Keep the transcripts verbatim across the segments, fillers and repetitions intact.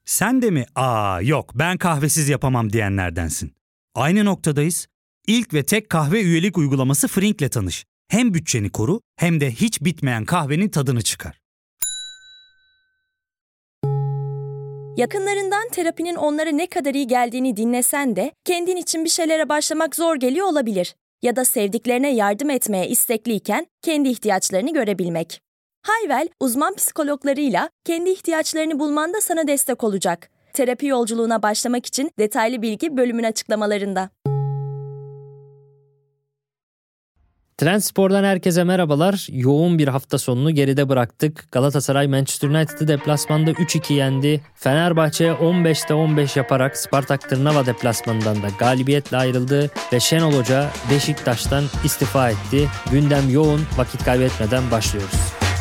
Sen de mi "Aa yok ben kahvesiz yapamam" diyenlerdensin? Aynı noktadayız. İlk ve tek kahve üyelik uygulaması Frink'le tanış. Hem bütçeni koru hem de hiç bitmeyen kahvenin tadını çıkar. Yakınlarından terapinin onlara ne kadar iyi geldiğini dinlesen de kendin için bir şeylere başlamak zor geliyor olabilir. Ya da sevdiklerine yardım etmeye istekliyken kendi ihtiyaçlarını görebilmek. Hayvel, uzman psikologlarıyla kendi ihtiyaçlarını bulmanda sana destek olacak. Terapi yolculuğuna başlamak için detaylı bilgi bölümün açıklamalarında. Trendspor'dan herkese merhabalar. Yoğun bir hafta sonunu geride bıraktık. Galatasaray Manchester United'ı deplasmanda üç iki yendi. Fenerbahçe on beşte on beş yaparak Spartak Trnava deplasmanından da galibiyetle ayrıldı ve Şenol Hoca Beşiktaş'tan istifa etti. Gündem yoğun, vakit kaybetmeden başlıyoruz.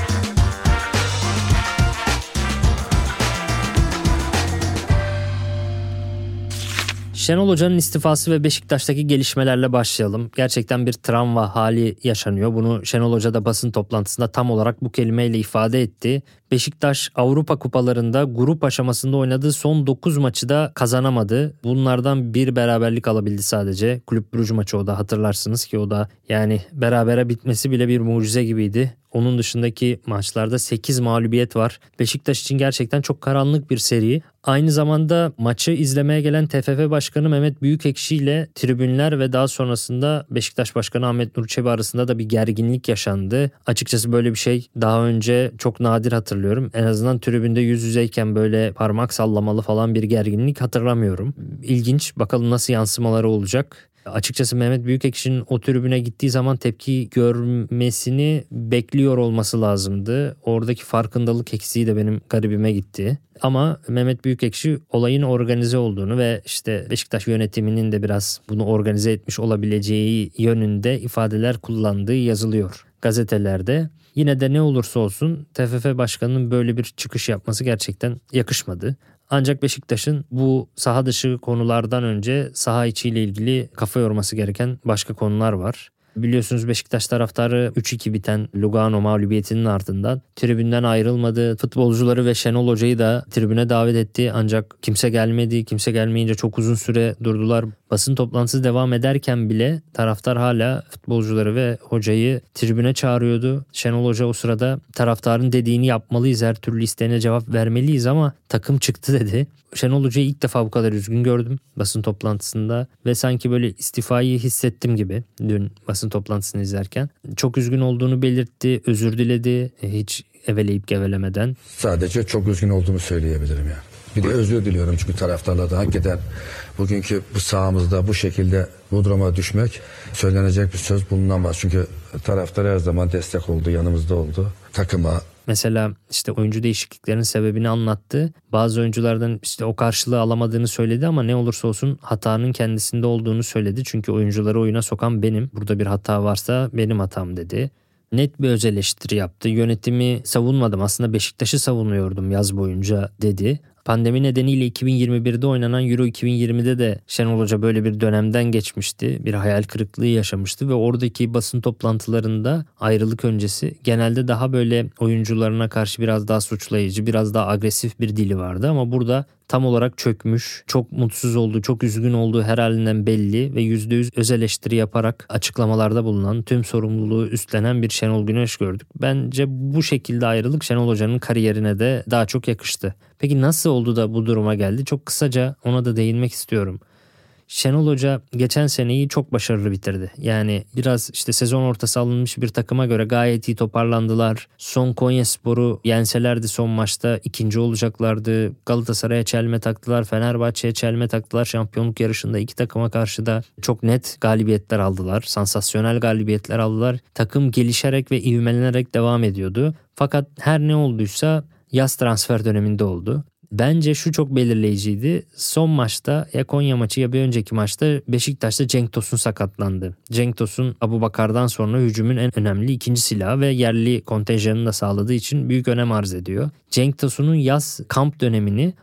Şenol Hoca'nın istifası ve Beşiktaş'taki gelişmelerle başlayalım. Gerçekten bir travma hali yaşanıyor. Bunu Şenol Hoca da basın toplantısında tam olarak bu kelimeyle ifade etti. Beşiktaş Avrupa kupalarında grup aşamasında oynadığı son dokuz maçı da kazanamadı. Bunlardan bir beraberlik alabildi sadece. Kulüp Brugge maçı o da, hatırlarsınız ki o da yani berabere bitmesi bile bir mucize gibiydi. Onun dışındaki maçlarda sekiz mağlubiyet var. Beşiktaş için gerçekten çok karanlık bir seri. Aynı zamanda maçı izlemeye gelen T F F Başkanı Mehmet Büyükekşi ile tribünler ve daha sonrasında Beşiktaş Başkanı Ahmet Nur Çebi arasında da bir gerginlik yaşandı. Açıkçası böyle bir şey daha önce çok nadir hatırlıyorum. En azından tribünde yüz yüzeyken böyle parmak sallamalı falan bir gerginlik hatırlamıyorum. İlginç, bakalım nasıl yansımaları olacak. Açıkçası Mehmet Büyükekşi'nin o tribüne gittiği zaman tepki görmesini bekliyor olması lazımdı. Oradaki farkındalık eksiği de benim garibime gitti. Ama Mehmet Büyükekşi olayın organize olduğunu ve işte Beşiktaş yönetiminin de biraz bunu organize etmiş olabileceği yönünde ifadeler kullandığı yazılıyor gazetelerde. Yine de ne olursa olsun T F F Başkanı'nın böyle bir çıkış yapması gerçekten yakışmadı. Ancak Beşiktaş'ın bu saha dışı konulardan önce saha içiyle ilgili kafa yorması gereken başka konular var. Biliyorsunuz Beşiktaş taraftarı üç iki biten Lugano mağlubiyetinin ardından tribünden ayrılmadı. Futbolcuları ve Şenol Hoca'yı da tribüne davet etti ancak kimse gelmedi. Kimse gelmeyince çok uzun süre durdular. Basın toplantısı devam ederken bile taraftar hala futbolcuları ve hocayı tribüne çağırıyordu. Şenol Hoca o sırada taraftarın dediğini yapmalıyız, her türlü isteğine cevap vermeliyiz ama takım çıktı dedi. Şenol Hoca'yı ilk defa bu kadar üzgün gördüm basın toplantısında ve sanki böyle istifayı hissettim gibi dün basın toplantısını izlerken. Çok üzgün olduğunu belirtti, özür diledi hiç eveleyip gevelemeden. Sadece çok üzgün olduğumu söyleyebilirim yani. Bir de özür diliyorum çünkü taraftarlar da hakikaten bugünkü bu sahamızda bu şekilde bu duruma düşmek söylenecek bir söz bulunamaz. Çünkü taraftar her zaman destek oldu, yanımızda oldu takıma. Mesela işte oyuncu değişikliklerinin sebebini anlattı. Bazı oyunculardan işte o karşılığı alamadığını söyledi ama ne olursa olsun hatanın kendisinde olduğunu söyledi. Çünkü oyuncuları oyuna sokan benim. Burada bir hata varsa benim hatam dedi. Net bir öz eleştiri yaptı. Yönetimi savunmadım, aslında Beşiktaş'ı savunuyordum yaz boyunca dedi. Pandemi nedeniyle iki bin yirmi birde oynanan Euro iki bin yirmide de Şenol Hoca böyle bir dönemden geçmişti. Bir hayal kırıklığı yaşamıştı ve oradaki basın toplantılarında ayrılık öncesi genelde daha böyle oyuncularına karşı biraz daha suçlayıcı, biraz daha agresif bir dili vardı. Ama burada tam olarak çökmüş, çok mutsuz olduğu, çok üzgün olduğu her halinden belli ve yüzde yüz öz eleştiri yaparak açıklamalarda bulunan, tüm sorumluluğu üstlenen bir Şenol Güneş gördük. Bence bu şekilde ayrılık Şenol Hoca'nın kariyerine de daha çok yakıştı. Peki nasıl oldu da bu duruma geldi? Çok kısaca ona da değinmek istiyorum. Şenol Hoca geçen seneyi çok başarılı bitirdi. Yani biraz işte sezon ortası alınmış bir takıma göre gayet iyi toparlandılar. Son Konyaspor'u yenselerdi son maçta ikinci olacaklardı. Galatasaray'a çelme taktılar, Fenerbahçe'ye çelme taktılar. Şampiyonluk yarışında iki takıma karşı da çok net galibiyetler aldılar. Sansasyonel galibiyetler aldılar. Takım gelişerek ve ivmelenerek devam ediyordu. Fakat her ne olduysa yaz transfer döneminde oldu. Bence şu çok belirleyiciydi. Son maçta ya Konya maçı ya bir önceki maçta Beşiktaş'ta Cenk Tosun sakatlandı. Cenk Tosun Abubakar'dan sonra hücumun en önemli ikinci silahı ve yerli kontenjanını da sağladığı için büyük önem arz ediyor. Cenk Tosun'un yaz kamp dönemini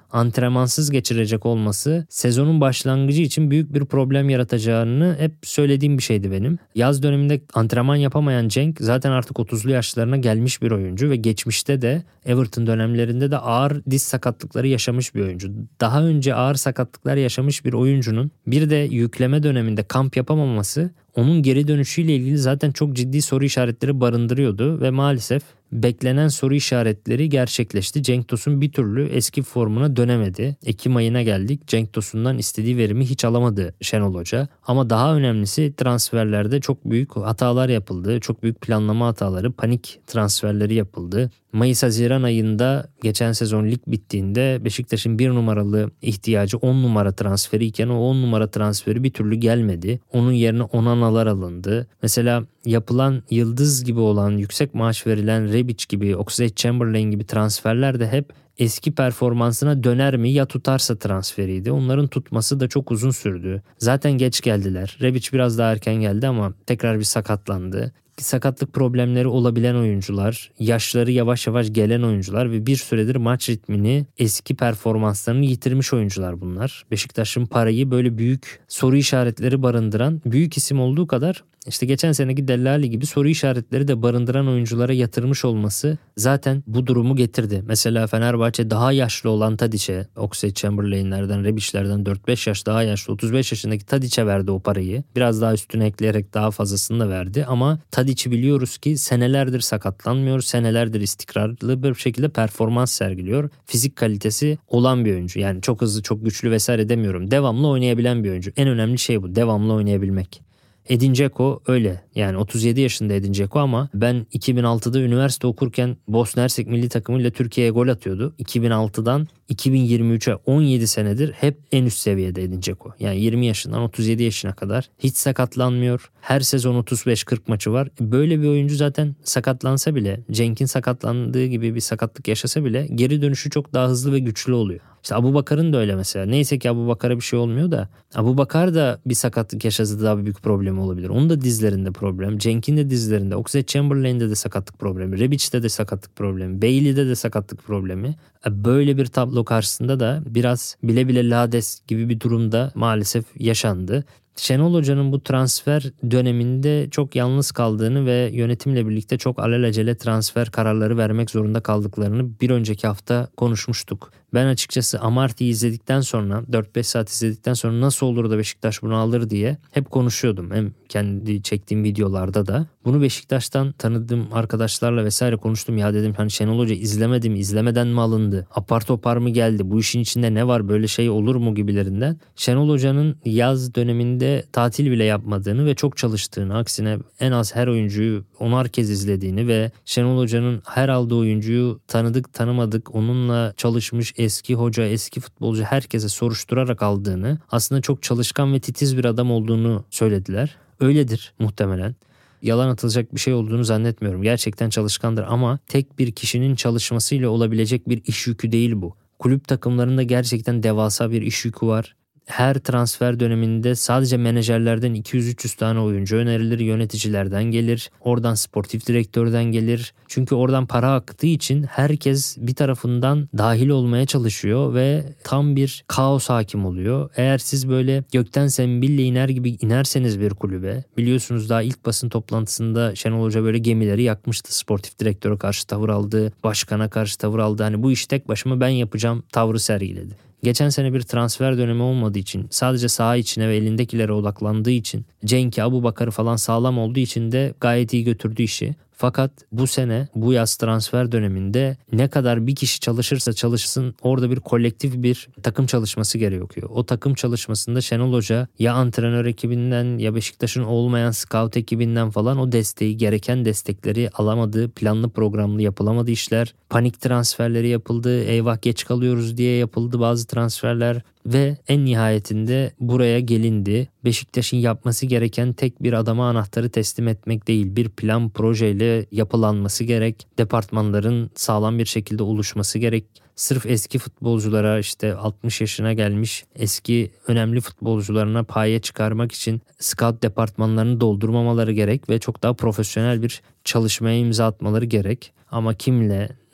antrenmansız geçirecek olması sezonun başlangıcı için büyük bir problem yaratacağını hep söylediğim bir şeydi benim. Yaz döneminde antrenman yapamayan Cenk zaten artık otuzlu yaşlarına gelmiş bir oyuncu ve geçmişte de Everton dönemlerinde de ağır diz sakatlıkları yaşamış bir oyuncu. Daha önce ağır sakatlıklar yaşamış bir oyuncunun bir de yükleme döneminde kamp yapamaması onun geri dönüşüyle ilgili zaten çok ciddi soru işaretleri barındırıyordu ve maalesef beklenen soru işaretleri gerçekleşti. Cenk Tosun bir türlü eski formuna dönemedi. Ekim ayına geldik. Cenk Tosun'dan istediği verimi hiç alamadı Şenol Hoca. Ama daha önemlisi transferlerde çok büyük hatalar yapıldı. Çok büyük planlama hataları, panik transferleri yapıldı. Mayıs-Haziran ayında geçen sezon lig bittiğinde Beşiktaş'ın bir numaralı ihtiyacı on numara transferi iken o on numara transferi bir türlü gelmedi. Onun yerine Onanalar alındı. Mesela yapılan yıldız gibi olan, yüksek maaş verilen Rebic gibi, Oxlade-Chamberlain gibi transferler de hep eski performansına döner mi ya tutarsa transferiydi. Onların tutması da çok uzun sürdü. Zaten geç geldiler. Rebic biraz daha erken geldi ama tekrar bir sakatlandı. Sakatlık problemleri olabilen oyuncular, yaşları yavaş yavaş gelen oyuncular ve bir süredir maç ritmini, eski performanslarını yitirmiş oyuncular bunlar. Beşiktaş'ın parayı böyle büyük soru işaretleri barındıran, büyük isim olduğu kadar işte geçen seneki Dellali gibi soru işaretleri de barındıran oyunculara yatırmış olması zaten bu durumu getirdi. Mesela Fenerbahçe daha yaşlı olan Tadiç'e, Oxlade-Chamberlain'lerden, Rebic'lerden dört beş yaş daha yaşlı, otuz beş yaşındaki Tadiç'e verdi o parayı. Biraz daha üstüne ekleyerek daha fazlasını da verdi ama Tadiç'i biliyoruz ki senelerdir sakatlanmıyor, senelerdir istikrarlı bir şekilde performans sergiliyor. Fizik kalitesi olan bir oyuncu. Yani çok hızlı, çok güçlü vesaire demiyorum. Devamlı oynayabilen bir oyuncu. En önemli şey bu. Devamlı oynayabilmek. Edin Dzeko öyle. Yani otuz yedi yaşında Edin Dzeko ama ben iki bin altıda üniversite okurken Bosna Hersek milli takımıyla Türkiye'ye gol atıyordu. iki bin altıdan iki bin yirmi üçe on yedi senedir hep en üst seviyede Edin Dzeko. Yani yirmi yaşından otuz yedi yaşına kadar hiç sakatlanmıyor. Her sezon otuz beş kırk maçı var. Böyle bir oyuncu zaten sakatlansa bile, Cenk'in sakatlandığı gibi bir sakatlık yaşasa bile geri dönüşü çok daha hızlı ve güçlü oluyor. İşte Abubakar'ın da öyle mesela. Neyse ki Abubakar'a bir şey olmuyor da Abubakar da bir sakatlık yaşasa daha büyük problemi olabilir. Onun da dizlerinde problem. Cenk'in de dizlerinde. Oxlade-Chamberlain'de de sakatlık problemi. Rebic'te de sakatlık problemi. Bailey'de de sakatlık problemi. Böyle bir tablo karşısında da biraz bile bile lades gibi bir durumda maalesef yaşandı. Şenol Hoca'nın bu transfer döneminde çok yalnız kaldığını ve yönetimle birlikte çok alelacele transfer kararları vermek zorunda kaldıklarını bir önceki hafta konuşmuştuk. Ben açıkçası Amarty'yi izledikten sonra dört beş saat izledikten sonra nasıl olur da Beşiktaş bunu alır diye hep konuşuyordum. Hem kendi çektiğim videolarda da. Bunu Beşiktaş'tan tanıdığım arkadaşlarla vesaire konuştum. Ya dedim hani Şenol Hoca izlemedi mi? İzlemeden mi alındı? Apar topar mı geldi? Bu işin içinde ne var? Böyle şey olur mu gibilerinden. Şenol Hoca'nın yaz döneminde tatil bile yapmadığını ve çok çalıştığını, aksine en az her oyuncuyu onar kez izlediğini ve Şenol Hoca'nın her aldığı oyuncuyu tanıdık tanımadık, onunla çalışmış eski hoca, eski futbolcu herkese soruşturarak aldığını, aslında çok çalışkan ve titiz bir adam olduğunu söylediler. Öyledir muhtemelen. Yalan atılacak bir şey olduğunu zannetmiyorum. Gerçekten çalışkandır ama tek bir kişinin çalışmasıyla olabilecek bir iş yükü değil bu. Kulüp takımlarında gerçekten devasa bir iş yükü var. Her transfer döneminde sadece menajerlerden iki yüz üç yüz tane oyuncu önerilir, yöneticilerden gelir, oradan sportif direktörden gelir. Çünkü oradan para aktığı için herkes bir tarafından dahil olmaya çalışıyor ve tam bir kaos hakim oluyor. Eğer siz böyle gökten sembille iner gibi inerseniz bir kulübe, biliyorsunuz daha ilk basın toplantısında Şenol Hoca böyle gemileri yakmıştı. Sportif direktöre karşı tavır aldı, başkana karşı tavır aldı. Hani bu işi tek başıma ben yapacağım tavrı sergiledi. Geçen sene bir transfer dönemi olmadığı için, sadece saha içine ve elindekilere odaklandığı için, Cenk'i, Abubakar'ı falan sağlam olduğu için de gayet iyi götürdü işi. Fakat bu sene, bu yaz transfer döneminde ne kadar bir kişi çalışırsa çalışsın orada bir kolektif bir takım çalışması gerekiyor. O takım çalışmasında Şenol Hoca ya antrenör ekibinden ya Beşiktaş'ın olmayan scout ekibinden falan o desteği, gereken destekleri alamadı. Planlı programlı yapılamadı işler. Panik transferleri yapıldı. Eyvah geç kalıyoruz diye yapıldı bazı transferler. Ve en nihayetinde buraya gelindi. Beşiktaş'ın yapması gereken tek bir adama anahtarı teslim etmek değil, bir plan projeyle yapılanması gerek. Departmanların sağlam bir şekilde oluşması gerek. Sırf eski futbolculara, işte altmış yaşına gelmiş eski önemli futbolcularına paye çıkarmak için scout departmanlarını doldurmamaları gerek ve çok daha profesyonel bir çalışmaya imza atmaları gerek. Ama kimle,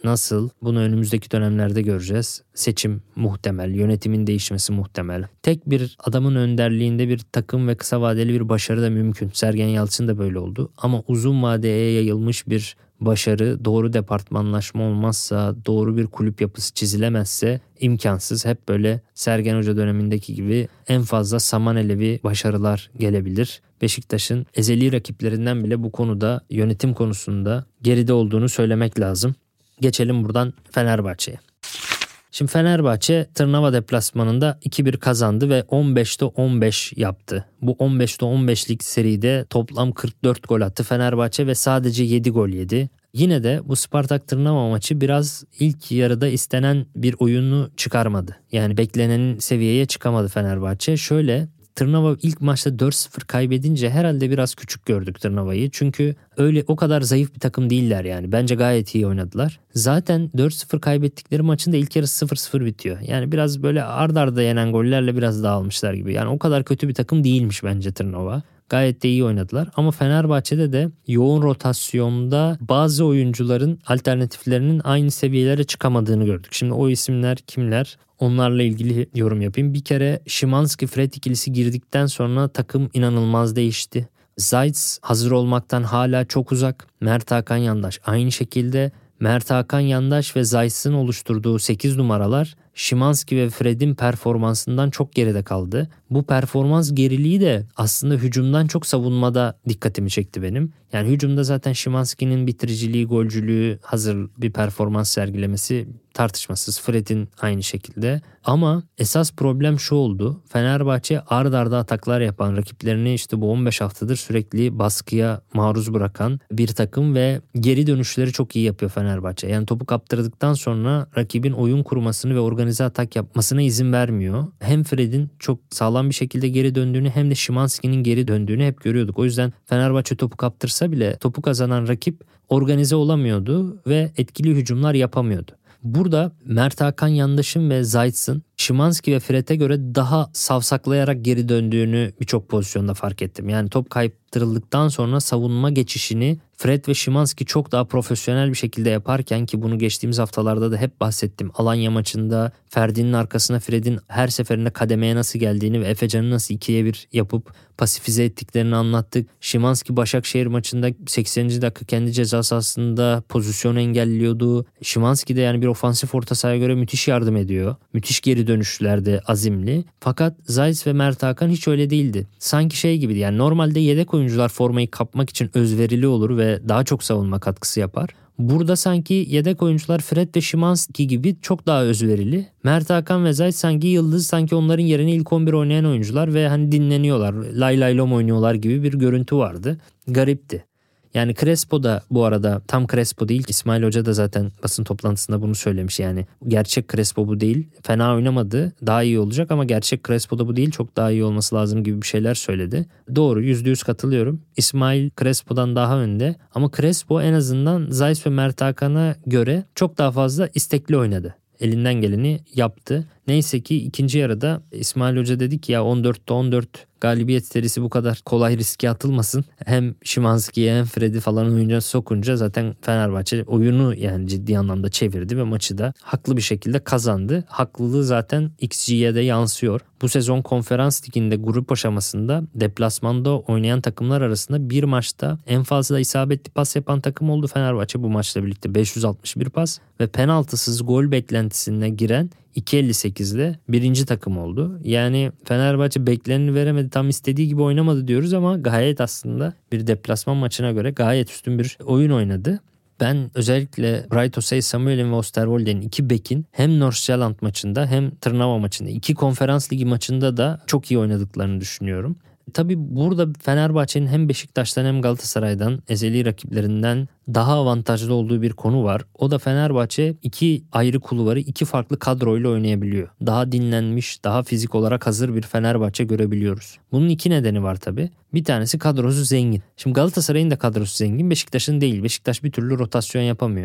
nasıl? Bunu önümüzdeki dönemlerde göreceğiz. Seçim muhtemel, yönetimin değişmesi muhtemel. Tek bir adamın önderliğinde bir takım ve kısa vadeli bir başarı da mümkün. Sergen Yalçın da böyle oldu. Ama uzun vadeye yayılmış bir başarı, doğru departmanlaşma olmazsa, doğru bir kulüp yapısı çizilemezse imkansız. Hep böyle Sergen Hoca dönemindeki gibi en fazla Samanelevi başarılar gelebilir. Beşiktaş'ın ezeli rakiplerinden bile bu konuda, yönetim konusunda geride olduğunu söylemek lazım. Geçelim buradan Fenerbahçe'ye. Şimdi Fenerbahçe Tırnava deplasmanında iki bir kazandı ve on beşte on beş yaptı. Bu on beşte on beşlik seride toplam kırk dört gol attı Fenerbahçe ve sadece yedi gol yedi. Yine de bu Spartak Tırnava maçı biraz ilk yarıda istenen bir oyunu çıkarmadı. Yani beklenenin seviyeye çıkamadı Fenerbahçe. Şöyle, Tırnava ilk maçta dört sıfır kaybedince herhalde biraz küçük gördük Tırnava'yı. Çünkü öyle o kadar zayıf bir takım değiller yani. Bence gayet iyi oynadılar. Zaten dört sıfır kaybettikleri maçın da ilk yarısı sıfır sıfır bitiyor. Yani biraz böyle ard arda yenen gollerle biraz dağılmışlar gibi. Yani o kadar kötü bir takım değilmiş bence Tırnava. Gayet de iyi oynadılar ama Fenerbahçe'de de yoğun rotasyonda bazı oyuncuların alternatiflerinin aynı seviyelere çıkamadığını gördük. Şimdi o isimler kimler? Onlarla ilgili yorum yapayım. Bir kere Szymański-Fred ikilisi girdikten sonra takım inanılmaz değişti. Zayt hazır olmaktan hala çok uzak. Mert Hakan Yandaş aynı şekilde. Mert Hakan Yandaş ve Zayt'ın oluşturduğu sekiz numaralar Szymański ve Fred'in performansından çok geride kaldı. Bu performans geriliği de aslında hücumdan çok savunmada dikkatimi çekti benim. Yani hücumda zaten Szymański'nin bitiriciliği, golcülüğü, hazır bir performans sergilemesi tartışmasız. Fred'in aynı şekilde. Ama esas problem şu oldu. Fenerbahçe ard arda ataklar yapan, rakiplerini işte bu on beş haftadır sürekli baskıya maruz bırakan bir takım ve geri dönüşleri çok iyi yapıyor Fenerbahçe. Yani topu kaptırdıktan sonra rakibin oyun kurmasını ve organize atak yapmasına izin vermiyor. Hem Fred'in çok sağlam bir şekilde geri döndüğünü hem de Szymański'nin geri döndüğünü hep görüyorduk. O yüzden Fenerbahçe topu kaptırsa bile topu kazanan rakip organize olamıyordu ve etkili hücumlar yapamıyordu. Burada Mert Hakan Yandaş'ın ve Zayt'ın Szymański ve Fred'e göre daha savsaklayarak geri döndüğünü birçok pozisyonda fark ettim. Yani top kayıptırıldıktan sonra savunma geçişini Fred ve Szymański çok daha profesyonel bir şekilde yaparken, ki bunu geçtiğimiz haftalarda da hep bahsettim. Alanya maçında Ferdi'nin arkasına Fred'in her seferinde kademeye nasıl geldiğini ve Efecan'ı nasıl ikiye bir yapıp pasifize ettiklerini anlattık. Szymański Başakşehir maçında sekseninci dakika kendi ceza sahasında pozisyon engelliyordu. Szymański de yani bir ofansif orta sahaya göre müthiş yardım ediyor. Müthiş geri dönüşlerde azimli. Fakat Zayt ve Mert Hakan hiç öyle değildi. Sanki şey gibiydi, yani normalde yedek oyuncular formayı kapmak için özverili olur ve daha çok savunma katkısı yapar. Burada sanki yedek oyuncular Fred ve Szymański gibi çok daha özverili. Mert Hakan ve Zayt sanki yıldız, sanki onların yerine ilk on bir oynayan oyuncular ve hani dinleniyorlar, lay lay lom oynuyorlar gibi bir görüntü vardı. Garipti. Yani Crespo da bu arada tam Crespo değil. İsmail Hoca da zaten basın toplantısında bunu söylemiş. Yani gerçek Crespo bu değil. Fena oynamadı. Daha iyi olacak ama gerçek Crespo da bu değil. Çok daha iyi olması lazım gibi bir şeyler söyledi. Doğru, yüzde yüz katılıyorum. İsmail Crespo'dan daha önde. Ama Crespo en azından Zayt ve Mert Hakan'a göre çok daha fazla istekli oynadı. Elinden geleni yaptı. Neyse ki ikinci yarıda İsmail Hoca dedi ki ya on dörtte on dört galibiyet serisi bu kadar kolay riske atılmasın. Hem Szymański'ye hem Fred'i falan oyuncuya sokunca zaten Fenerbahçe oyunu yani ciddi anlamda çevirdi ve maçı da haklı bir şekilde kazandı. Haklılığı zaten X G'ye de yansıyor. Bu sezon Konferans Ligi'nde grup aşamasında deplasmanda oynayan takımlar arasında bir maçta en fazla isabetli pas yapan takım oldu Fenerbahçe bu maçla birlikte. beş yüz altmış bir pas ve penaltısız gol beklentisine giren iki elli sekizle birinci takım oldu. Yani Fenerbahçe bekleneni veremedi, tam istediği gibi oynamadı diyoruz ama gayet aslında bir deplasman maçına göre gayet üstün bir oyun oynadı. Ben özellikle Bright Osei-Samuel'in ve Osterwolde'nin iki bekin hem Nordsjælland maçında hem Tırnava maçında, iki konferans ligi maçında da çok iyi oynadıklarını düşünüyorum. Tabii burada Fenerbahçe'nin hem Beşiktaş'tan hem Galatasaray'dan, ezeli rakiplerinden daha avantajlı olduğu bir konu var. O da Fenerbahçe iki ayrı kulvarı iki farklı kadroyla oynayabiliyor. Daha dinlenmiş, daha fizik olarak hazır bir Fenerbahçe görebiliyoruz. Bunun iki nedeni var tabii. Bir tanesi kadrosu zengin. Şimdi Galatasaray'ın da kadrosu zengin, Beşiktaş'ın değil. Beşiktaş bir türlü rotasyon yapamıyor.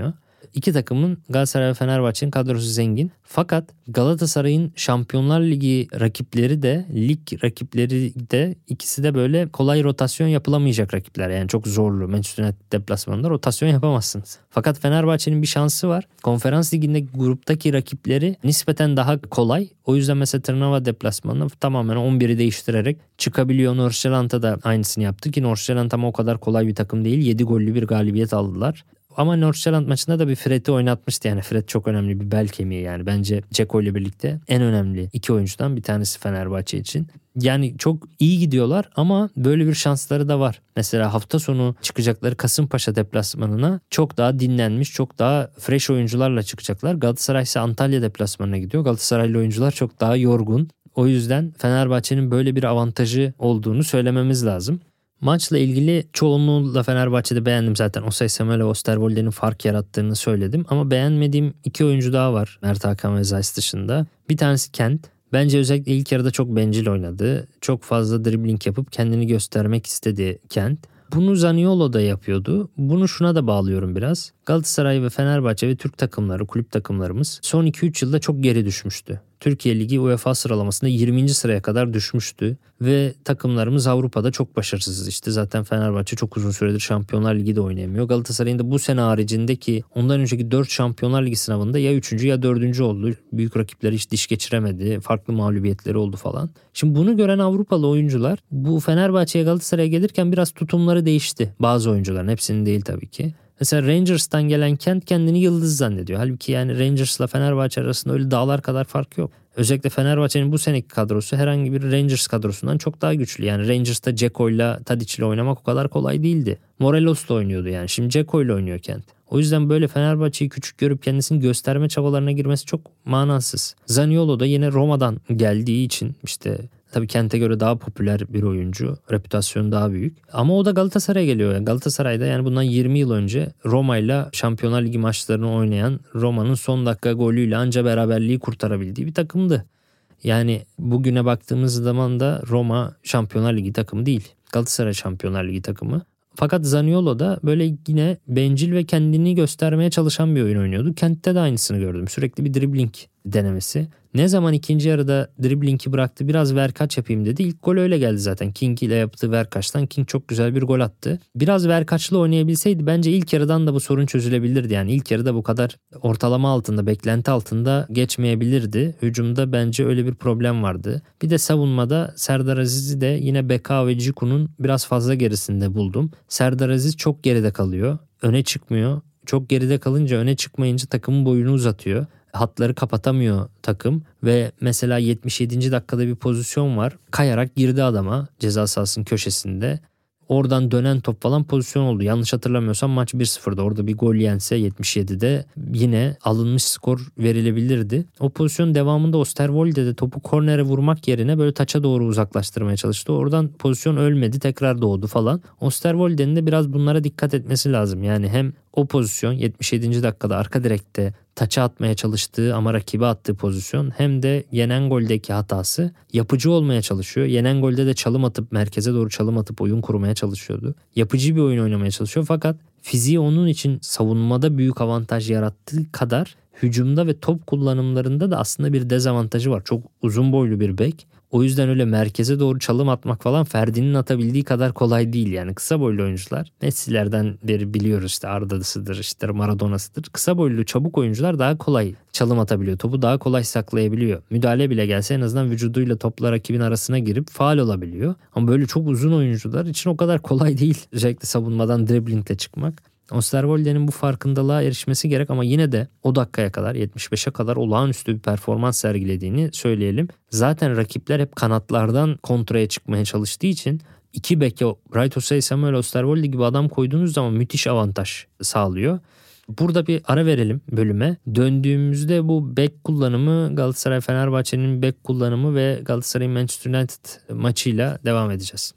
İki takımın, Galatasaray ve Fenerbahçe'nin kadrosu zengin. Fakat Galatasaray'ın Şampiyonlar Ligi rakipleri de, lig rakipleri de, ikisi de böyle kolay rotasyon yapılamayacak rakipler. Yani çok zorlu. Manchester United deplasmanında rotasyon yapamazsınız. Fakat Fenerbahçe'nin bir şansı var. Konferans Ligi'nde gruptaki rakipleri nispeten daha kolay. O yüzden mesela Trnava deplasmanında tamamen on biri değiştirerek çıkabiliyor. Nordsjælland'a da aynısını yaptı ki Nordsjælland ama o kadar kolay bir takım değil. yedi gollü bir galibiyet aldılar. Ama Nordsjælland maçında da bir Fred'i oynatmıştı. Yani Fred çok önemli bir bel kemiği yani. Bence Dzeko ile birlikte en önemli iki oyuncudan bir tanesi Fenerbahçe için. Yani çok iyi gidiyorlar ama böyle bir şansları da var. Mesela hafta sonu çıkacakları Kasımpaşa deplasmanına çok daha dinlenmiş, çok daha fresh oyuncularla çıkacaklar. Galatasaray ise Antalya deplasmanına gidiyor. Galatasaraylı oyuncular çok daha yorgun. O yüzden Fenerbahçe'nin böyle bir avantajı olduğunu söylememiz lazım. Maçla ilgili çoğunluğuyla Fenerbahçe'de beğendim zaten. Osay Samuel ve Osterwolde'nin fark yarattığını söyledim. Ama beğenmediğim iki oyuncu daha var Mert Hakan ve Zeiss dışında. Bir tanesi Kent. Bence özellikle ilk yarıda çok bencil oynadı. Çok fazla dribbling yapıp kendini göstermek istedi Kent. Bunu Zaniolo da yapıyordu. Bunu şuna da bağlıyorum biraz. Galatasaray ve Fenerbahçe ve Türk takımları, kulüp takımlarımız son iki üç yılda çok geri düşmüştü. Türkiye Ligi UEFA sıralamasında yirminci sıraya kadar düşmüştü ve takımlarımız Avrupa'da çok başarısız. İşte zaten Fenerbahçe çok uzun süredir Şampiyonlar Ligi'de oynayamıyor. Galatasaray'ın da bu sene haricindeki ondan önceki dört Şampiyonlar Ligi sınavında ya üçüncü ya dördüncü oldu. Büyük rakipleri hiç diş geçiremedi. Farklı mağlubiyetleri oldu falan. Şimdi bunu gören Avrupalı oyuncular bu Fenerbahçe'ye Galatasaray'a gelirken biraz tutumları değişti. Bazı oyuncuların, hepsinin değil tabii ki. Mesela Rangers'tan gelen Kent kendini yıldız zannediyor. Halbuki yani Rangers'la Fenerbahçe arasında öyle dağlar kadar fark yok. Özellikle Fenerbahçe'nin bu seneki kadrosu herhangi bir Rangers kadrosundan çok daha güçlü. Yani Rangers'ta Dzeko'yla Tadic'le oynamak o kadar kolay değildi. Morelos'la oynuyordu yani. Şimdi Dzeko'yla oynuyor Kent. O yüzden böyle Fenerbahçe'yi küçük görüp kendisini gösterme çabalarına girmesi çok manasız. Zaniolo da yine Roma'dan geldiği için işte tabii Kent'e göre daha popüler bir oyuncu. Reputasyonu daha büyük. Ama o da Galatasaray'a geliyor. Yani Galatasaray'da yani bundan yirmi yıl önce Roma'yla Şampiyonlar Ligi maçlarını oynayan, Roma'nın son dakika golüyle anca beraberliği kurtarabildiği bir takımdı. Yani bugüne baktığımız zaman da Roma Şampiyonlar Ligi takımı değil. Galatasaray Şampiyonlar Ligi takımı. Fakat Zaniolo da böyle yine bencil ve kendini göstermeye çalışan bir oyun oynuyordu. Kent'te de aynısını gördüm. Sürekli bir dribbling denemesi. Ne zaman ikinci yarıda dribbling'i bıraktı, biraz verkaç yapayım dedi. İlk gol öyle geldi zaten. King ile yaptığı verkaçtan King çok güzel bir gol attı. Biraz verkaçlı oynayabilseydi bence ilk yarıdan da bu sorun çözülebilirdi. Yani ilk yarıda bu kadar ortalama altında, beklenti altında geçmeyebilirdi. Hücumda bence öyle bir problem vardı. Bir de savunmada Serdar Aziz'i de yine Beka ve Ciku'nun biraz fazla gerisinde buldum. Serdar Aziz çok geride kalıyor. Öne çıkmıyor. Çok geride kalınca, öne çıkmayınca takımın boyunu uzatıyor. Hatları kapatamıyor takım ve mesela yetmiş yedinci dakikada bir pozisyon var. Kayarak girdi adama ceza sahasının köşesinde. Oradan dönen top falan pozisyon oldu. Yanlış hatırlamıyorsam maç bir sıfırda. Orada bir gol yense yetmiş yedide yine alınmış skor verilebilirdi. O pozisyon devamında Osterwolde de topu kornere vurmak yerine böyle taça doğru uzaklaştırmaya çalıştı. Oradan pozisyon ölmedi, tekrar doğdu falan. Osterwolde'nin de biraz bunlara dikkat etmesi lazım. Yani hem o pozisyon yetmiş yedinci dakikada arka direkte taça atmaya çalıştığı ama rakibe attığı pozisyon, hem de yenen goldeki hatası, yapıcı olmaya çalışıyor. Yenen golde de çalım atıp merkeze doğru çalım atıp oyun kurmaya çalışıyordu. Yapıcı bir oyun oynamaya çalışıyor fakat fiziği onun için savunmada büyük avantaj yarattığı kadar hücumda ve top kullanımlarında da aslında bir dezavantajı var. Çok uzun boylu bir bek. O yüzden öyle merkeze doğru çalım atmak falan Ferdi'nin atabildiği kadar kolay değil. Yani kısa boylu oyuncular, Messi'lerden beri biliyoruz, işte Arda'sıdır, işte Maradona'sıdır. Kısa boylu çabuk oyuncular daha kolay çalım atabiliyor. Topu daha kolay saklayabiliyor. Müdahale bile gelse en azından vücuduyla topla rakibin arasına girip faul olabiliyor. Ama böyle çok uzun oyuncular için o kadar kolay değil. Özellikle savunmadan driblingle çıkmak. Osterwolde'nin bu farkındalığa erişmesi gerek ama yine de o dakikaya kadar, yetmiş beşe kadar olağanüstü bir performans sergilediğini söyleyelim. Zaten rakipler hep kanatlardan kontraya çıkmaya çalıştığı için iki beke Bright Osay Samuel Osterwolde gibi adam koyduğunuz zaman müthiş avantaj sağlıyor. Burada bir ara verelim bölüme. Döndüğümüzde bu bek kullanımı, Galatasaray Fenerbahçe'nin bek kullanımı ve Galatasaray Manchester United maçıyla devam edeceğiz.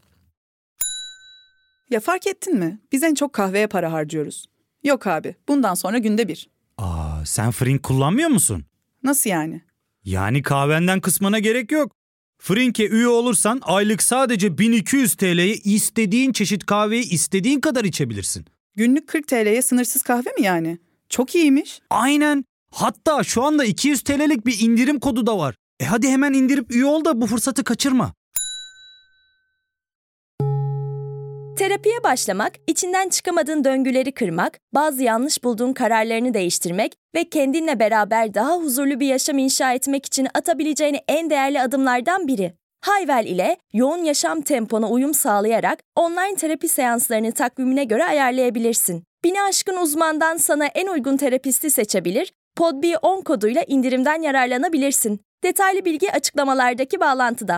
Ya fark ettin mi? Biz en çok kahveye para harcıyoruz. Yok abi, bundan sonra günde bir. Aa, sen Frink kullanmıyor musun? Nasıl yani? Yani kahvenden kısmına gerek yok. Frink'e üye olursan aylık sadece bin iki yüz TL'ye istediğin çeşit kahveyi istediğin kadar içebilirsin. Günlük kırk TL'ye sınırsız kahve mi yani? Çok iyiymiş. Aynen. Hatta şu anda iki yüz T L'lik bir indirim kodu da var. E hadi hemen indirip üye ol da bu fırsatı kaçırma. Terapiye başlamak, içinden çıkamadığın döngüleri kırmak, bazı yanlış bulduğun kararlarını değiştirmek ve kendinle beraber daha huzurlu bir yaşam inşa etmek için atabileceğin en değerli adımlardan biri. Hayvel ile yoğun yaşam tempona uyum sağlayarak online terapi seanslarını takvimine göre ayarlayabilirsin. Bini aşkın uzmandan sana en uygun terapisti seçebilir, Podbi on koduyla indirimden yararlanabilirsin. Detaylı bilgi açıklamalardaki bağlantıda.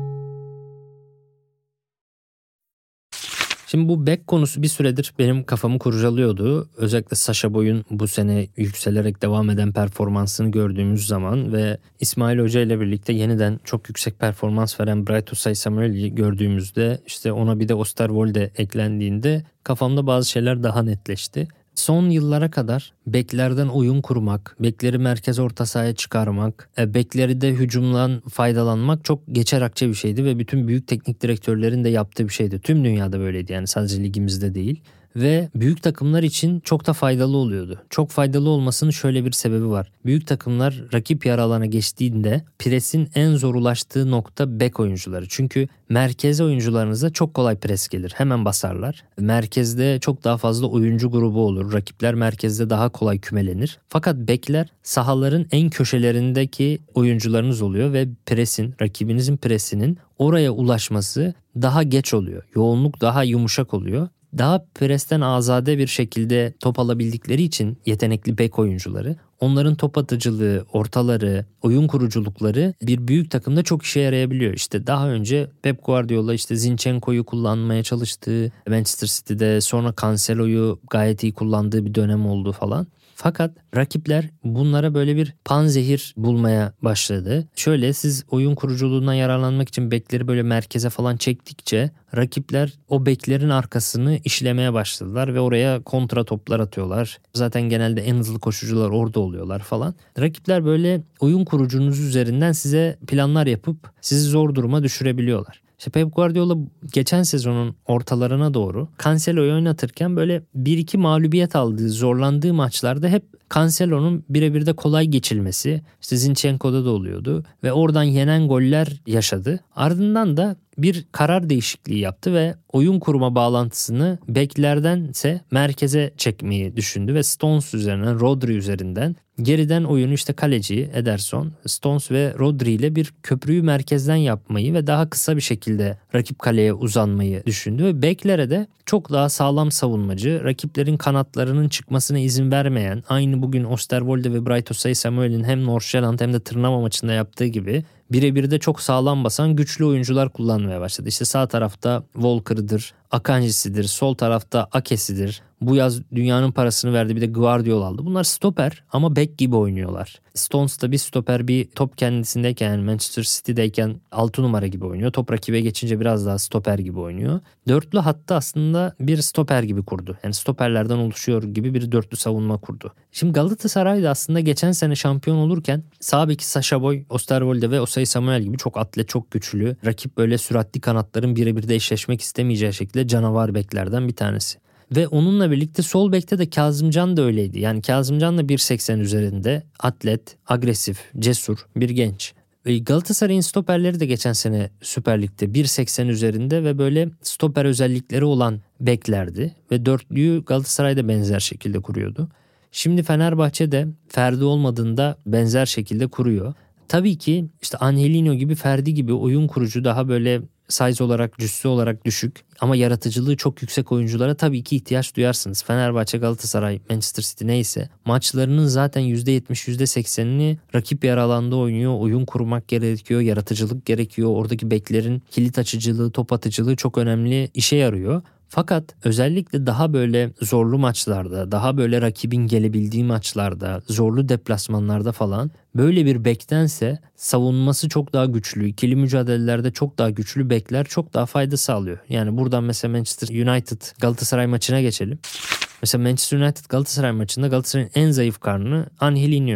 Şimdi bu back konusu bir süredir benim kafamı kurcalıyordu. Özellikle Sasha Boy'un bu sene yükselerek devam eden performansını gördüğümüz zaman ve İsmail Hoca ile birlikte yeniden çok yüksek performans veren Bright Osay Samuel'i gördüğümüzde, işte ona bir de Osterwolde eklendiğinde kafamda bazı şeyler daha netleşti. Son yıllara kadar beklerden oyun kurmak, bekleri merkez orta sahaya çıkarmak, bekleri de hücumdan faydalanmak çok geçer akçe bir şeydi ve bütün büyük teknik direktörlerin de yaptığı bir şeydi. Tüm dünyada böyleydi, yani sadece ligimizde değil. Ve büyük takımlar için çok da faydalı oluyordu. Çok faydalı olmasının şöyle bir sebebi var. Büyük takımlar rakip yarı alana geçtiğinde presin en zor ulaştığı nokta bek oyuncuları. Çünkü merkeze oyuncularınıza çok kolay pres gelir. Hemen basarlar. Merkezde çok daha fazla oyuncu grubu olur. Rakipler merkezde daha kolay kümelenir. Fakat bekler sahaların en köşelerindeki oyuncularınız oluyor ve presin, rakibinizin presinin oraya ulaşması daha geç oluyor. Yoğunluk daha yumuşak oluyor. Daha presten azade bir şekilde top alabildikleri için yetenekli bek oyuncuları, onların top atıcılığı, ortaları, oyun kuruculukları bir büyük takımda çok işe yarayabiliyor. İşte daha önce Pep Guardiola işte Zinchenko'yu kullanmaya çalıştığı, Manchester City'de sonra Cancelo'yu gayet iyi kullandığı bir dönem oldu falan. Fakat rakipler bunlara böyle bir panzehir bulmaya başladı. Şöyle, siz oyun kuruculuğundan yararlanmak için bekleri böyle merkeze falan çektikçe rakipler o beklerin arkasını işlemeye başladılar ve oraya kontra toplar atıyorlar. Zaten genelde en hızlı koşucular orada oluyorlar falan. Rakipler böyle oyun kurucunuz üzerinden size planlar yapıp sizi zor duruma düşürebiliyorlar. İşte Pep Guardiola geçen sezonun ortalarına doğru Cancelo'yu oynatırken böyle bir iki mağlubiyet aldığı, zorlandığı maçlarda hep Cancelo'nun birebir de kolay geçilmesi, işte Zinchenko'da da oluyordu ve oradan yenen goller yaşadı. Ardından da bir karar değişikliği yaptı ve oyun kurma bağlantısını beklerdense merkeze çekmeyi düşündü ve Stones üzerinden, Rodri üzerinden geriden oyunu işte kaleci Ederson, Stones ve Rodri ile bir köprüyü merkezden yapmayı ve daha kısa bir şekilde rakip kaleye uzanmayı düşündü ve beklere de çok daha sağlam savunmacı, rakiplerin kanatlarının çıkmasına izin vermeyen, aynı bugün Osterwolde ve Bright Osay Samuel'in hem Nordsjælland hem de Tırnava maçında yaptığı gibi birebir de çok sağlam basan güçlü oyuncular kullanmaya başladı. İşte sağ tarafta Walker'dır, Akanji'sidir, sol tarafta Ake'sidir. Bu yaz dünyanın parasını verdi, bir de Guardiola aldı. Bunlar stoper ama bek gibi oynuyorlar. Stones da bir stoper, bir top kendisindeyken, yani Manchester City'deyken altı numara gibi oynuyor. Top rakibe geçince biraz daha stoper gibi oynuyor. Dörtlü hatta aslında bir stoper gibi kurdu. Yani stoperlerden oluşuyor gibi bir dörtlü savunma kurdu. Şimdi Galatasaray da aslında geçen sene şampiyon olurken sağ beki Sasha Boy, Osterwolde ve Osay Samuel gibi çok atlet, çok güçlü, rakip böyle süratli kanatların birebir de eşleşmek istemeyeceği şekilde canavar beklerden bir tanesi. Ve onunla birlikte sol bekte de Kazımcan da öyleydi. Yani Kazımcan da bir seksen üzerinde atlet, agresif, cesur bir genç. Ve Galatasaray'ın stoperleri de geçen sene Süper Lig'de bir seksen üzerinde ve böyle stoper özellikleri olan beklerdi. Ve dörtlüyü Galatasaray'da benzer şekilde kuruyordu. Şimdi Fenerbahçe'de Ferdi olmadığında benzer şekilde kuruyor. Tabii ki işte Angelino gibi, Ferdi gibi oyun kurucu, daha böyle size olarak, cüssü olarak düşük ama yaratıcılığı çok yüksek oyunculara tabii ki ihtiyaç duyarsınız. Fenerbahçe, Galatasaray, Manchester City neyse maçlarının zaten yüzde yetmiş yüzde seksenini rakip yarı alanda oynuyor. Oyun kurmak gerekiyor, yaratıcılık gerekiyor. Oradaki beklerin kilit açıcılığı, top atıcılığı çok önemli işe yarıyor. Fakat özellikle daha böyle zorlu maçlarda, daha böyle rakibin gelebildiği maçlarda, zorlu deplasmanlarda falan böyle bir bektense savunması çok daha güçlü, ikili mücadelelerde çok daha güçlü bekler çok daha fayda sağlıyor. Yani buradan mesela Manchester United Galatasaray maçına geçelim. Mesela Manchester United Galatasaray maçında Galatasaray'ın en zayıf karnı Angelino'ydu.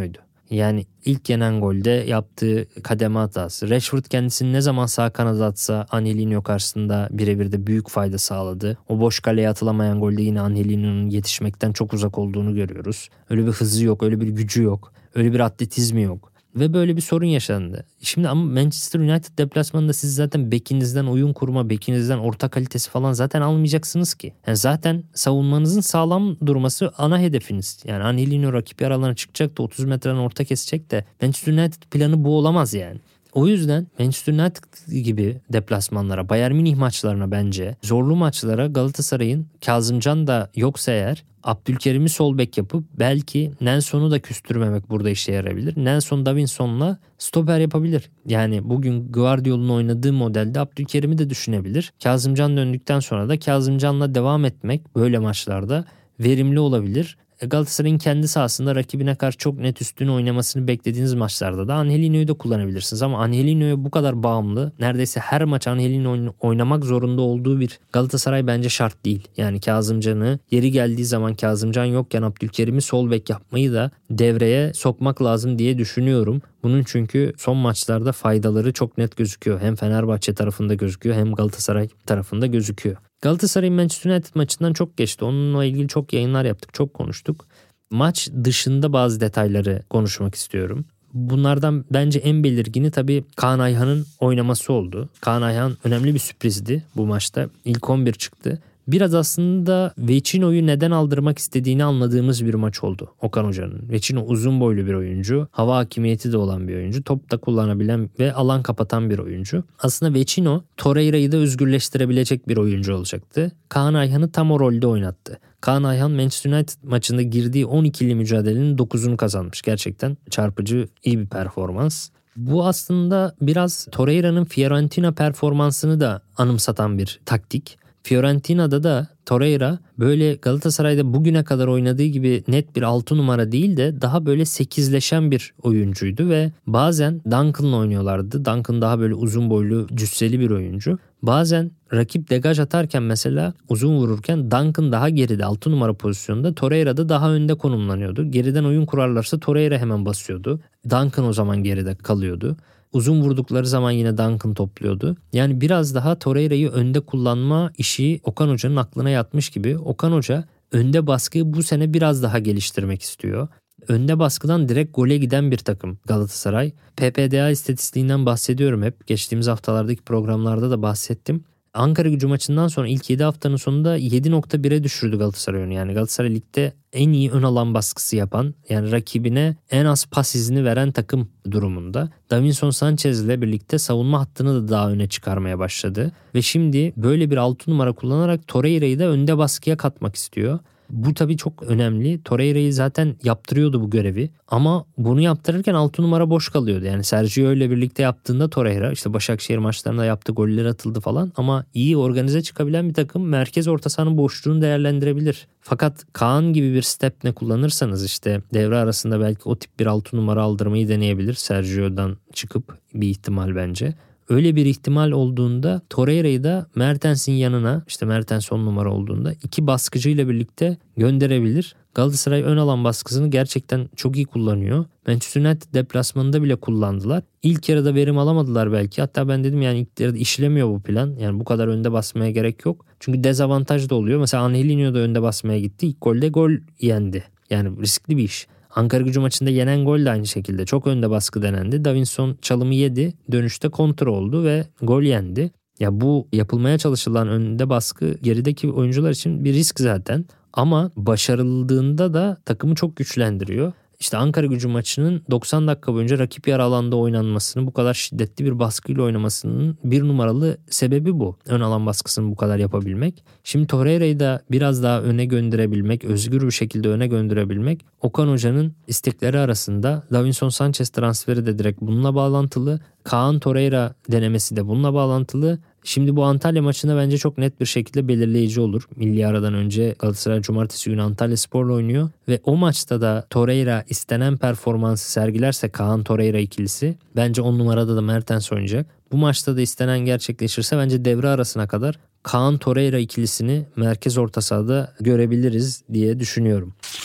Yani ilk yenen golde yaptığı kademe hatası. Rashford kendisini ne zaman sağ kanada atsa Angelino karşısında birebir de büyük fayda sağladı. O boş kaleye atılamayan golde yine Angelino'nun yetişmekten çok uzak olduğunu görüyoruz. Öyle bir hızı yok, öyle bir gücü yok, öyle bir atletizmi yok. Ve böyle bir sorun yaşandı. Şimdi ama Manchester United deplasmanında siz zaten bekinizden oyun kurma, bekinizden orta kalitesi falan zaten almayacaksınız ki. Yani zaten savunmanızın sağlam durması ana hedefiniz. Yani Angelino rakip aralarına çıkacak da otuz metreden orta kesecek de Manchester United planı bu olamaz yani. O yüzden Manchester United gibi deplasmanlara, Bayern Münih maçlarına bence zorlu maçlara Galatasaray'ın Kazımcan da yoksa eğer Abdülkerim'i sol bek yapıp belki Nelson'u da küstürmemek burada işe yarayabilir. Nelson Davinson'la stoper yapabilir. Yani bugün Guardiola'nın oynadığı modelde Abdülkerim'i de düşünebilir. Kazımcan döndükten sonra da Kazımcan'la devam etmek böyle maçlarda verimli olabilir. Galatasaray'ın kendi sahasında rakibine karşı çok net üstün oynamasını beklediğiniz maçlarda da Angelino'yu da kullanabilirsiniz. Ama Angelino'ya bu kadar bağımlı, neredeyse her maç Angelino oynamak zorunda olduğu bir Galatasaray bence şart değil. Yani Kazımcan'ı yeri geldiği zaman Kazımcan yokken Abdülkerim'i sol bek yapmayı da devreye sokmak lazım diye düşünüyorum. Bunun çünkü son maçlarda faydaları çok net gözüküyor. Hem Fenerbahçe tarafında gözüküyor hem Galatasaray tarafında gözüküyor. Galatasaray'ın Manchester United maçından çok geçti. Onunla ilgili çok yayınlar yaptık, çok konuştuk. Maç dışında bazı detayları konuşmak istiyorum. Bunlardan bence en belirgini tabii Kaan Ayhan'ın oynaması oldu. Kaan Ayhan önemli bir sürprizdi bu maçta. İlk on bir çıktı. Biraz aslında Vecino'yu neden aldırmak istediğini anladığımız bir maç oldu Okan Hoca'nın. Vecino uzun boylu bir oyuncu, hava hakimiyeti de olan bir oyuncu, top da kullanabilen ve alan kapatan bir oyuncu. Aslında Vecino Torreira'yı da özgürleştirebilecek bir oyuncu olacaktı. Kaan Ayhan'ı tam o rolde oynattı. Kaan Ayhan Manchester United maçında girdiği on ikili mücadelenin dokuzunu kazanmış. Gerçekten çarpıcı, iyi bir performans. Bu aslında biraz Torreira'nın Fiorentina performansını da anımsatan bir taktik. Fiorentina'da da Torreira böyle Galatasaray'da bugüne kadar oynadığı gibi net bir altı numara değil de daha böyle sekizleşen bir oyuncuydu ve bazen Duncan'la oynuyorlardı. Duncan daha böyle uzun boylu, cüsseli bir oyuncu. Bazen rakip degaj atarken mesela uzun vururken Duncan daha geride altı numara pozisyonda, Torreira da daha önde konumlanıyordu. Geriden oyun kurarlarsa Torreira hemen basıyordu. Duncan o zaman geride kalıyordu. Uzun vurdukları zaman yine Duncan topluyordu. Yani biraz daha Torreira'yı önde kullanma işi Okan Hoca'nın aklına yatmış gibi. Okan Hoca önde baskıyı bu sene biraz daha geliştirmek istiyor. Önde baskıdan direkt gole giden bir takım Galatasaray. P P D A istatistiğinden bahsediyorum hep. Geçtiğimiz haftalardaki programlarda da bahsettim. Ankara-Gücü maçından sonra ilk yedi haftanın sonunda yedi nokta bire düşürdü Galatasaray oyunu. Yani Galatasaray ligde en iyi ön alan baskısı yapan, yani rakibine en az pas izni veren takım durumunda. Davinson Sanchez ile birlikte savunma hattını da daha öne çıkarmaya başladı. Ve şimdi böyle bir altı numara kullanarak Torreira'yı da önde baskıya katmak istiyor. Bu tabii çok önemli. Torreira'yı zaten yaptırıyordu bu görevi. Ama bunu yaptırırken altı numara boş kalıyordu. Yani Sergio ile birlikte yaptığında Torreira, işte Başakşehir maçlarında yaptığı goller atıldı falan. Ama iyi organize çıkabilen bir takım merkez orta sahanın boşluğunu değerlendirebilir. Fakat Kaan gibi bir step ne kullanırsanız işte devre arasında belki o tip bir altı numara aldırmayı deneyebilir. Sergio'dan çıkıp bir ihtimal bence. Öyle bir ihtimal olduğunda Torreira'yı da Mertens'in yanına, işte Mertens on numara olduğunda iki baskıcıyla birlikte gönderebilir. Galatasaray ön alan baskısını gerçekten çok iyi kullanıyor. Manchester United deplasmanında bile kullandılar. İlk yarıda verim alamadılar belki. Hatta ben dedim yani ilk yarıda işlemiyor bu plan. Yani bu kadar önde basmaya gerek yok. Çünkü dezavantaj da oluyor. Mesela Angelino da önde basmaya gitti. İlk golde gol yendi. Yani riskli bir iş. Ankara-Gücü maçında yenen gol de aynı şekilde. Çok önde baskı denendi. Davinson çalımı yedi. Dönüşte kontra oldu ve gol yendi. Ya bu yapılmaya çalışılan önde baskı gerideki oyuncular için bir risk zaten. Ama başarıldığında da takımı çok güçlendiriyor. İşte Ankara-Gücü maçının doksan dakika boyunca rakip yarı alanda oynanmasını, bu kadar şiddetli bir baskıyla oynamasının bir numaralı sebebi bu. Ön alan baskısını bu kadar yapabilmek. Şimdi Torreira'yı da biraz daha öne gönderebilmek, özgür bir şekilde öne gönderebilmek Okan Hoca'nın istekleri arasında. Davinson Sanchez transferi de direkt bununla bağlantılı. Kaan Torreira denemesi de bununla bağlantılı. Şimdi bu Antalya maçında bence çok net bir şekilde belirleyici olur. Milli aradan önce Galatasaray cumartesi günü Antalyaspor'la oynuyor ve o maçta da Torreira istenen performansı sergilerse Kaan Torreira ikilisi, bence on numarada da Mertens oynayacak. Bu maçta da istenen gerçekleşirse bence devre arasına kadar Kaan Torreira ikilisini merkez orta sahada görebiliriz diye düşünüyorum.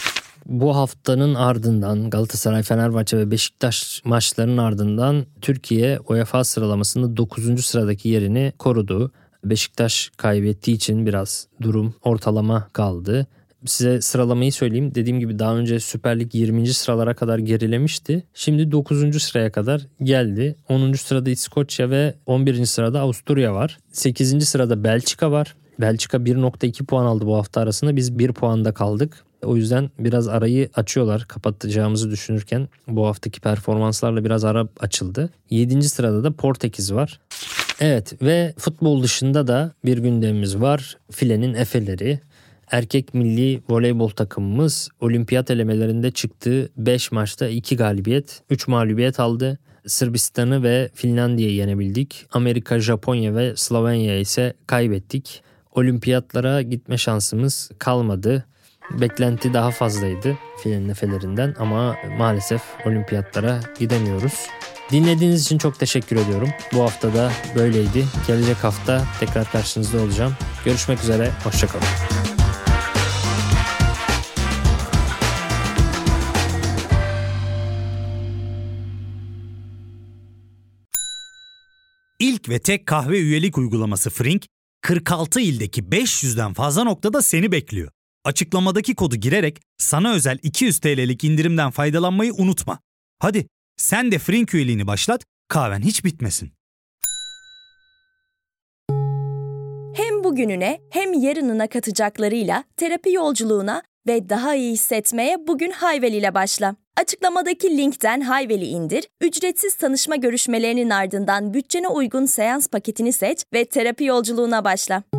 Bu haftanın ardından Galatasaray, Fenerbahçe ve Beşiktaş maçlarının ardından Türkiye UEFA sıralamasında dokuzuncu sıradaki yerini korudu. Beşiktaş kaybettiği için biraz durum ortalama kaldı. Size sıralamayı söyleyeyim. Dediğim gibi daha önce Süper Lig yirminci sıralara kadar gerilemişti. Şimdi dokuzuncu sıraya kadar geldi. onuncu sırada İskoçya ve on birinci sırada Avusturya var. sekizinci sırada Belçika var. Belçika bir nokta iki puan aldı bu hafta arasında. Biz bir puanda kaldık. O yüzden biraz arayı açıyorlar. Kapatacağımızı düşünürken bu haftaki performanslarla biraz ara açıldı. yedinci sırada da Portekiz var. Evet, ve futbol dışında da bir gündemimiz var. Filenin Efe'leri. Erkek milli voleybol takımımız olimpiyat elemelerinde çıktığı beş maçta iki galibiyet, üç mağlubiyet aldı. Sırbistan'ı ve Finlandiya'yı yenebildik. Amerika, Japonya ve Slovenya ise kaybettik. Olimpiyatlara gitme şansımız kalmadı. Beklenti daha fazlaydı filenin Efe'lerinden ama maalesef olimpiyatlara gidemiyoruz. Dinlediğiniz için çok teşekkür ediyorum. Bu hafta da böyleydi. Gelecek hafta tekrar karşınızda olacağım. Görüşmek üzere, hoşçakalın. İlk ve tek kahve üyelik uygulaması Frink, kırk altı ildeki beş yüzden fazla noktada seni bekliyor. Açıklamadaki kodu girerek sana özel iki yüz TL'lik indirimden faydalanmayı unutma. Hadi sen de Frink üyeliğini başlat, kahven hiç bitmesin. Hem bugününe hem yarınına katacaklarıyla terapi yolculuğuna ve daha iyi hissetmeye bugün Hayvel ile başla. Açıklamadaki linkten Hayvel'i indir, ücretsiz tanışma görüşmelerinin ardından bütçene uygun seans paketini seç ve terapi yolculuğuna başla.